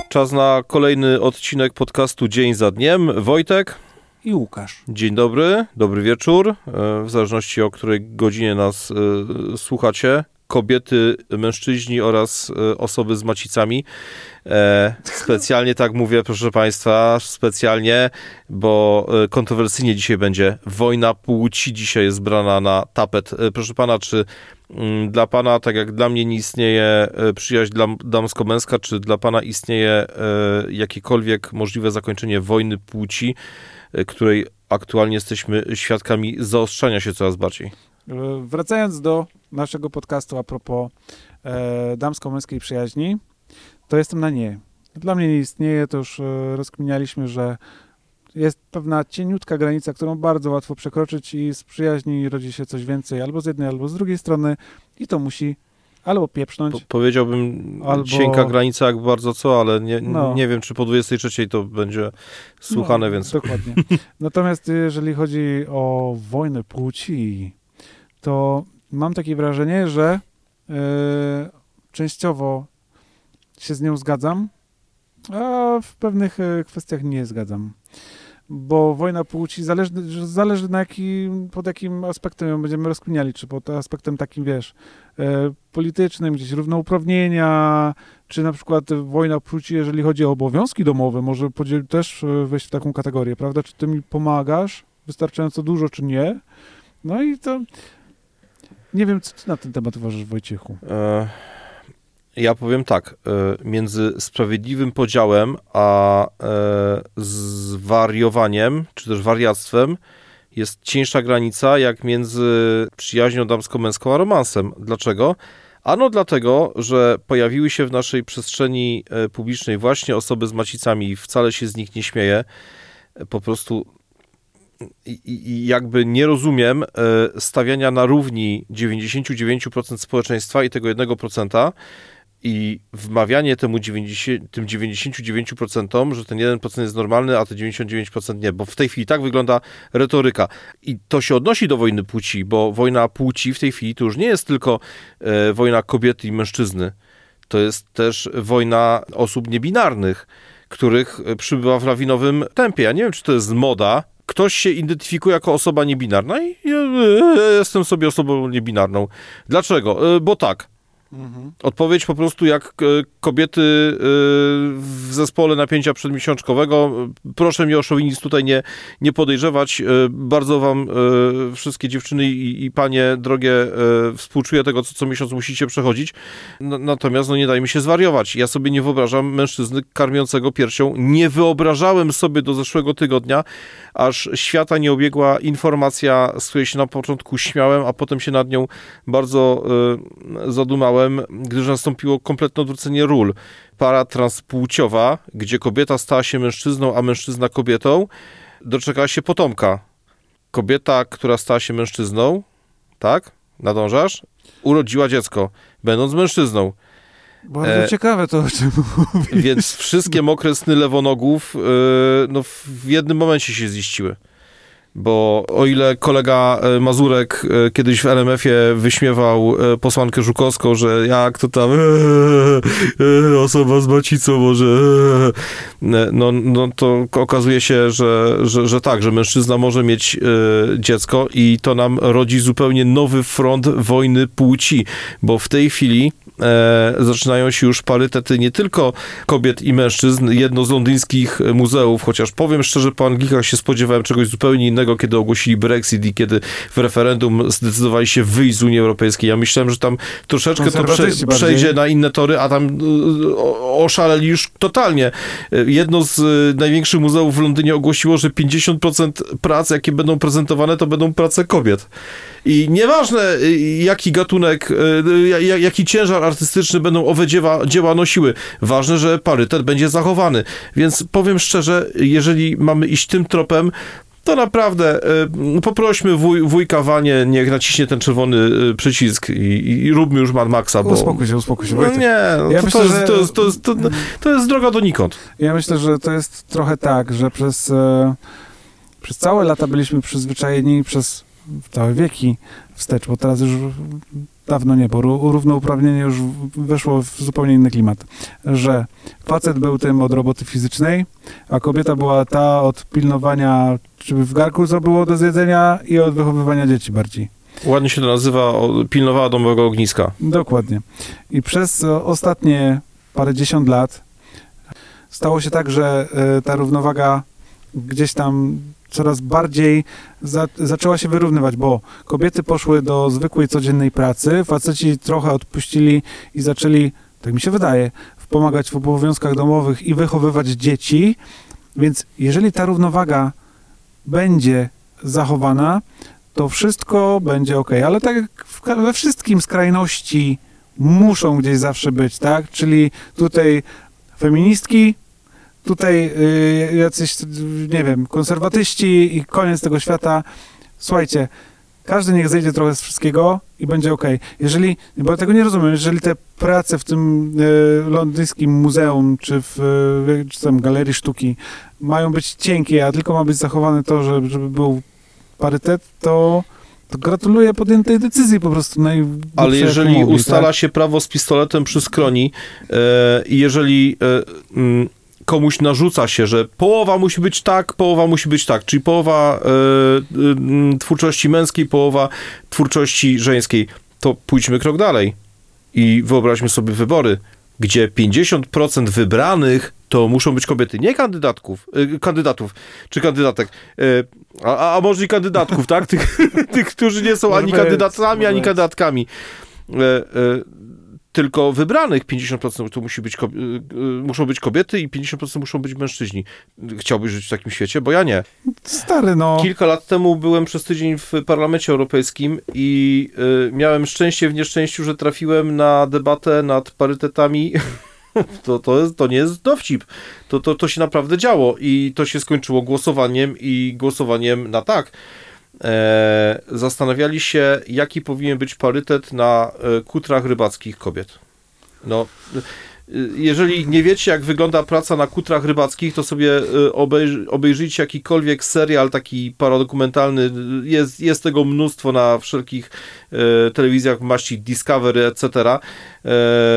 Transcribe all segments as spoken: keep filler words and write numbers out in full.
Czas na kolejny odcinek podcastu Dzień za dniem. Wojtek i Łukasz. Dzień dobry, dobry wieczór, w zależności o której godzinie nas y, słuchacie. Kobiety, mężczyźni oraz y, osoby z macicami. E, specjalnie tak mówię, proszę Państwa, specjalnie, bo y, kontrowersyjnie dzisiaj będzie. Wojna płci dzisiaj jest brana na tapet. E, proszę Pana, czy y, dla Pana, tak jak dla mnie nie istnieje y, przyjaźń dla, damsko-męska, czy dla Pana istnieje y, jakiekolwiek możliwe zakończenie wojny płci, y, której aktualnie jesteśmy świadkami zaostrzania się coraz bardziej? Wracając do naszego podcastu a propos e, damsko-męskiej przyjaźni, to jestem na nie. Dla mnie nie istnieje, to już e, rozkminialiśmy, że jest pewna cieniutka granica, którą bardzo łatwo przekroczyć i z przyjaźni rodzi się coś więcej albo z jednej, albo z drugiej strony i to musi albo pieprznąć. Po, powiedziałbym albo... cienka granica jak bardzo co, ale nie, no. nie wiem, czy po dwudziestej trzeciej to będzie słuchane, no, więc... Dokładnie. Natomiast jeżeli chodzi o wojnę płci, to mam takie wrażenie, że y, częściowo się z nią zgadzam, a w pewnych y, kwestiach nie zgadzam. Bo wojna płci zależy, zależy na jakim, pod jakim aspektem ją będziemy rozkminiali, czy pod aspektem takim, wiesz, y, politycznym, gdzieś równouprawnienia, czy na przykład wojna płci, jeżeli chodzi o obowiązki domowe, może podziel, też wejść w taką kategorię, prawda? Czy ty mi pomagasz wystarczająco dużo, czy nie? No i to... Nie wiem, co ty na ten temat uważasz, Wojciechu? E, ja powiem tak, e, między sprawiedliwym podziałem a e, zwariowaniem, czy też wariactwem jest cieńsza granica, jak między przyjaźnią damsko-męską a romansem. Dlaczego? Ano dlatego, że pojawiły się w naszej przestrzeni e, publicznej właśnie osoby z macicami i wcale się z nich nie śmieję. E, po prostu... I, i jakby nie rozumiem e, stawiania na równi dziewięćdziesiąt dziewięć procent społeczeństwa i tego jeden procent i wmawianie temu dziewięćdziesiąt, tym dziewięćdziesiąt dziewięć procent, że ten jeden procent jest normalny, a te dziewięćdziesiąt dziewięć procent nie, bo w tej chwili tak wygląda retoryka. I to się odnosi do wojny płci, bo wojna płci w tej chwili to już nie jest tylko e, wojna kobiety i mężczyzny. To jest też wojna osób niebinarnych, których przybywa w lawinowym tempie. Ja nie wiem, czy to jest moda. Ktoś się identyfikuje jako osoba niebinarna i ja jestem sobie osobą niebinarną. Dlaczego? Bo tak. Mhm. Odpowiedź po prostu jak kobiety w zespole napięcia przedmiesiączkowego. Proszę mnie o szowinizm tutaj nie, nie podejrzewać. Bardzo wam wszystkie dziewczyny i, i panie drogie współczuję tego, co co miesiąc musicie przechodzić. Natomiast no nie dajmy się zwariować. Ja sobie nie wyobrażam mężczyzny karmiącego piersią. Nie wyobrażałem sobie do zeszłego tygodnia, aż świata nie obiegła informacja, z której się na początku śmiałem, a potem się nad nią bardzo y, zadumałem, gdyż nastąpiło kompletne odwrócenie ról. Para transpłciowa, gdzie kobieta stała się mężczyzną, a mężczyzna kobietą, doczekała się potomka. Kobieta, która stała się mężczyzną, tak? Nadążasz? Urodziła dziecko, będąc mężczyzną. Bardzo e, ciekawe to, o czym mówisz. Więc wszystkie mokre sny lewonogów yy, no, w jednym momencie się ziściły. Bo o ile kolega Mazurek kiedyś w L M F-ie wyśmiewał posłankę Żukowską, że jak to tam ee, ee, osoba z macicą może ee, no, no to okazuje się, że, że, że tak, że mężczyzna może mieć e, dziecko i to nam rodzi zupełnie nowy front wojny płci, bo w tej chwili e, zaczynają się już parytety nie tylko kobiet i mężczyzn. Jedno z londyńskich muzeów, chociaż powiem szczerze, po Anglikach się spodziewałem czegoś zupełnie innego, kiedy ogłosili Brexit i kiedy w referendum zdecydowali się wyjść z Unii Europejskiej. Ja myślałem, że tam troszeczkę to prze, przejdzie na inne tory, a tam o, oszaleli już totalnie. Jedno z największych muzeów w Londynie ogłosiło, że pięćdziesiąt procent prac, jakie będą prezentowane, to będą prace kobiet. I nieważne, jaki gatunek, jaki ciężar artystyczny będą owe dzieła, dzieła nosiły. Ważne, że parytet będzie zachowany. Więc powiem szczerze, jeżeli mamy iść tym tropem, to naprawdę y, poprośmy wuj, wujka Wanie, niech naciśnie ten czerwony y, przycisk i, i róbmy już Mad Maxa, bo... Uspokój się, uspokój się. No nie, no ja to, myślę, to, jest, że... to, jest, to, jest, to, jest, to jest droga donikąd. Ja myślę, że to jest trochę tak, że przez, e, przez całe lata byliśmy przyzwyczajeni, przez w całe wieki wstecz, bo teraz już dawno nie, bo równouprawnienie już weszło w zupełnie inny klimat, że facet był tym od roboty fizycznej, a kobieta była ta od pilnowania, żeby w garku co było do zjedzenia i od wychowywania dzieci bardziej. Ładnie się to nazywa, pilnowała domowego ogniska. Dokładnie. I przez ostatnie parędziesiąt lat stało się tak, że ta równowaga gdzieś tam coraz bardziej za, zaczęła się wyrównywać, bo kobiety poszły do zwykłej, codziennej pracy, faceci trochę odpuścili i zaczęli, tak mi się wydaje, pomagać w obowiązkach domowych i wychowywać dzieci, więc jeżeli ta równowaga będzie zachowana, to wszystko będzie ok, ale tak jak we wszystkim skrajności muszą gdzieś zawsze być, tak? Czyli tutaj feministki, tutaj y, jacyś, nie wiem, konserwatyści i koniec tego świata. Słuchajcie, każdy niech zejdzie trochę z wszystkiego i będzie ok. Jeżeli, bo tego nie rozumiem, jeżeli te prace w tym y, londyńskim muzeum, czy w y, czy tam galerii sztuki mają być cienkie, a tylko ma być zachowane to, żeby, żeby był parytet, to, to gratuluję podjętej decyzji po prostu. Ale jeżeli mówi, ustala tak? się prawo z pistoletem przy skroni i yy, jeżeli yy, yy, komuś narzuca się, że połowa musi być tak, połowa musi być tak, czyli połowa yy, yy, twórczości męskiej, połowa twórczości żeńskiej, to pójdźmy krok dalej i wyobraźmy sobie wybory, gdzie pięćdziesiąt procent wybranych to muszą być kobiety, nie kandydatków, yy, kandydatów, czy kandydatek, yy, a, a może i kandydatków, tak? Tych, tych którzy nie są ani kandydatami, ani kandydatkami. Yy, yy, tylko wybranych pięćdziesiąt procent to musi być, muszą być kobiety i pięćdziesiąt procent muszą być mężczyźni. Chciałbyś żyć w takim świecie? Bo ja nie. Stary, no. Kilka lat temu byłem przez tydzień w Parlamencie Europejskim i y, miałem szczęście w nieszczęściu, że trafiłem na debatę nad parytetami. To, to, jest, to nie jest dowcip. To, to, to się naprawdę działo i to się skończyło głosowaniem i głosowaniem na tak. E, zastanawiali się, jaki powinien być parytet na e, kutrach rybackich kobiet. No, e, jeżeli nie wiecie, jak wygląda praca na kutrach rybackich, to sobie e, obejrz, obejrzyjcie jakikolwiek serial taki paradokumentalny. Jest, jest tego mnóstwo na wszelkich e, telewizjach maści Discovery, et cetera. E,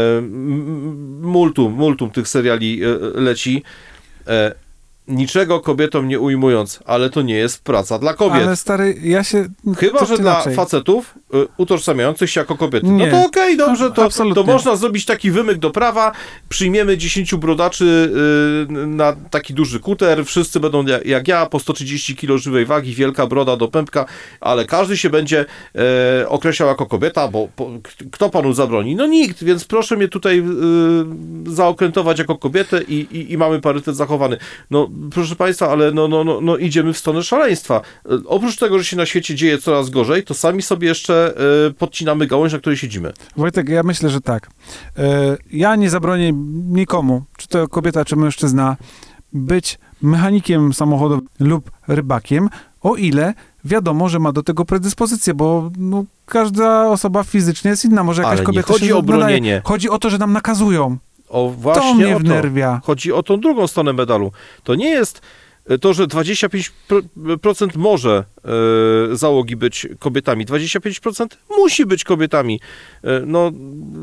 multum, multum tych seriali e, leci. E, Niczego kobietom nie ujmując, ale to nie jest praca dla kobiet. Ale stary, ja się... Chyba, że dla inaczej. facetów y, utożsamiających się jako kobiety. Nie. No to okej, okay, dobrze, to, Absolutnie. to można zrobić taki wymyk do prawa, przyjmiemy dziesięciu brodaczy y, na taki duży kuter, wszyscy będą jak, jak ja, po sto trzydzieści kilo żywej wagi, wielka broda do pępka, ale każdy się będzie y, określał jako kobieta, bo po, kto panu zabroni? No nikt, więc proszę mnie tutaj y, zaokrętować jako kobietę i, i, i mamy parytet zachowany. No proszę państwa, ale no, no, no, no idziemy w stronę szaleństwa. Oprócz tego, że się na świecie dzieje coraz gorzej, to sami sobie jeszcze y, podcinamy gałąź, na której siedzimy. Wojtek, ja myślę, że tak. Y, ja nie zabronię nikomu, czy to kobieta, czy mężczyzna, być mechanikiem samochodowym lub rybakiem, o ile wiadomo, że ma do tego predyspozycję, bo no, każda osoba fizycznie jest inna. Może jakaś ale kobieta nie chodzi się o bronienie. Nadaje. Chodzi o to, że nam nakazują. O właśnie to mnie o to. wnerwia. Chodzi o tą drugą stronę medalu. To nie jest to, że dwadzieścia pięć procent może y, załogi być kobietami. dwadzieścia pięć procent musi być kobietami. Y, no...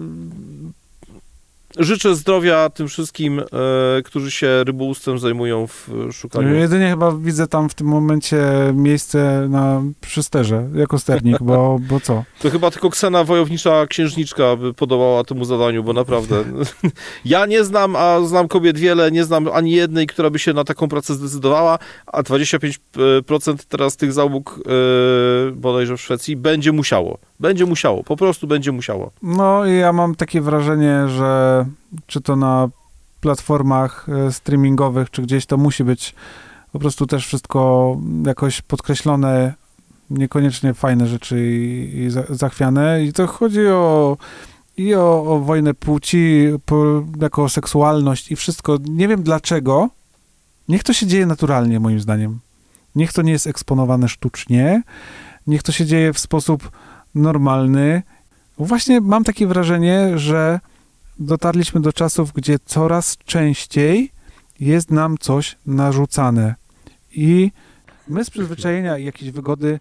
Życzę zdrowia tym wszystkim, e, którzy się rybołówstwem zajmują w szukaniu. Jedynie chyba widzę tam w tym momencie miejsce na przysterze, jako sternik, bo, bo co? To chyba tylko Ksena, wojownicza księżniczka by podołała temu zadaniu, bo naprawdę ja nie znam, a znam kobiet wiele, nie znam ani jednej, która by się na taką pracę zdecydowała, a dwadzieścia pięć procent teraz tych załóg e, bodajże w Szwecji będzie musiało. Będzie musiało, po prostu będzie musiało. No i ja mam takie wrażenie, że czy to na platformach streamingowych, czy gdzieś to musi być po prostu też wszystko jakoś podkreślone, niekoniecznie fajne rzeczy i, i za, zachwiane. I to chodzi o i o, o wojnę płci, po, jako o seksualność i wszystko. Nie wiem dlaczego. Niech to się dzieje naturalnie, moim zdaniem. Niech to nie jest eksponowane sztucznie. Niech to się dzieje w sposób normalny. Właśnie mam takie wrażenie, że dotarliśmy do czasów, gdzie coraz częściej jest nam coś narzucane. I my z przyzwyczajenia i jakiejś wygody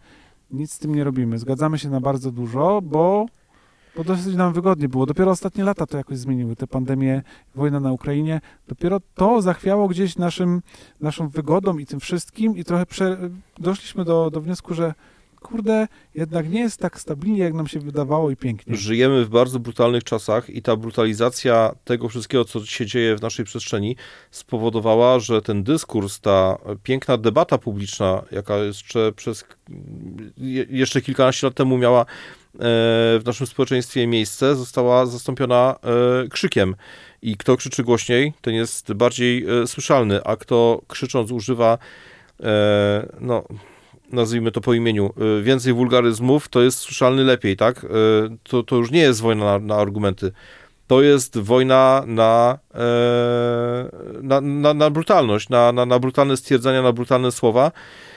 nic z tym nie robimy. Zgadzamy się na bardzo dużo, bo, bo dosyć nam wygodnie było. Dopiero ostatnie lata to jakoś zmieniły. Te pandemie, wojna na Ukrainie, dopiero to zachwiało gdzieś naszym, naszą wygodą i tym wszystkim i trochę prze, doszliśmy do, do wniosku, że kurde, jednak nie jest tak stabilnie, jak nam się wydawało i pięknie. Żyjemy w bardzo brutalnych czasach i ta brutalizacja tego wszystkiego, co się dzieje w naszej przestrzeni, spowodowała, że ten dyskurs, ta piękna debata publiczna, jaka jeszcze przez jeszcze kilkanaście lat temu miała w naszym społeczeństwie miejsce, została zastąpiona krzykiem. I kto krzyczy głośniej, ten jest bardziej słyszalny, a kto krzycząc używa no nazwijmy to po imieniu, więcej wulgaryzmów, to jest słyszalny lepiej, tak? To, to już nie jest wojna na, na argumenty. To jest wojna na, na, na, na brutalność, na, na, na brutalne stwierdzenia, na brutalne słowa.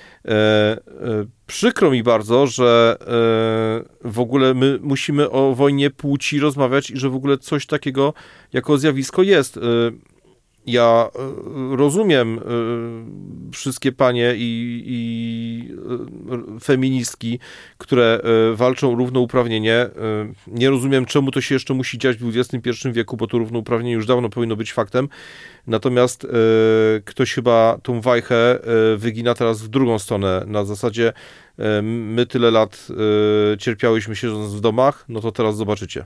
Przykro mi bardzo, że w ogóle my musimy o wojnie płci rozmawiać i że w ogóle coś takiego jako zjawisko jest. Ja rozumiem wszystkie panie i, i feministki, które walczą o równouprawnienie. Nie rozumiem, czemu to się jeszcze musi dziać w dwudziestym pierwszym wieku, bo to równouprawnienie już dawno powinno być faktem. Natomiast ktoś chyba tą wajchę wygina teraz w drugą stronę. Na zasadzie my tyle lat cierpiałyśmy siedząc w domach, no to teraz zobaczycie.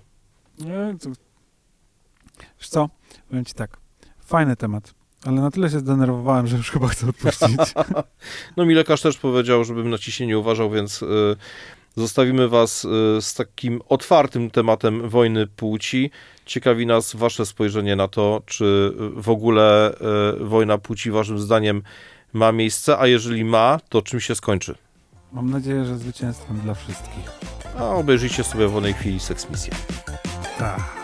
Wiesz co? Powiem ci tak. Fajny temat, ale na tyle się zdenerwowałem, że już chyba chcę odpuścić. No mi lekarz też powiedział, żebym na ciśnienie uważał, więc y, zostawimy was y, z takim otwartym tematem wojny płci. Ciekawi nas wasze spojrzenie na to, czy w ogóle y, wojna płci waszym zdaniem ma miejsce, a jeżeli ma, to czym się skończy? Mam nadzieję, że zwycięstwem dla wszystkich. A obejrzyjcie sobie w wolnej chwili Seksmisję. Tak.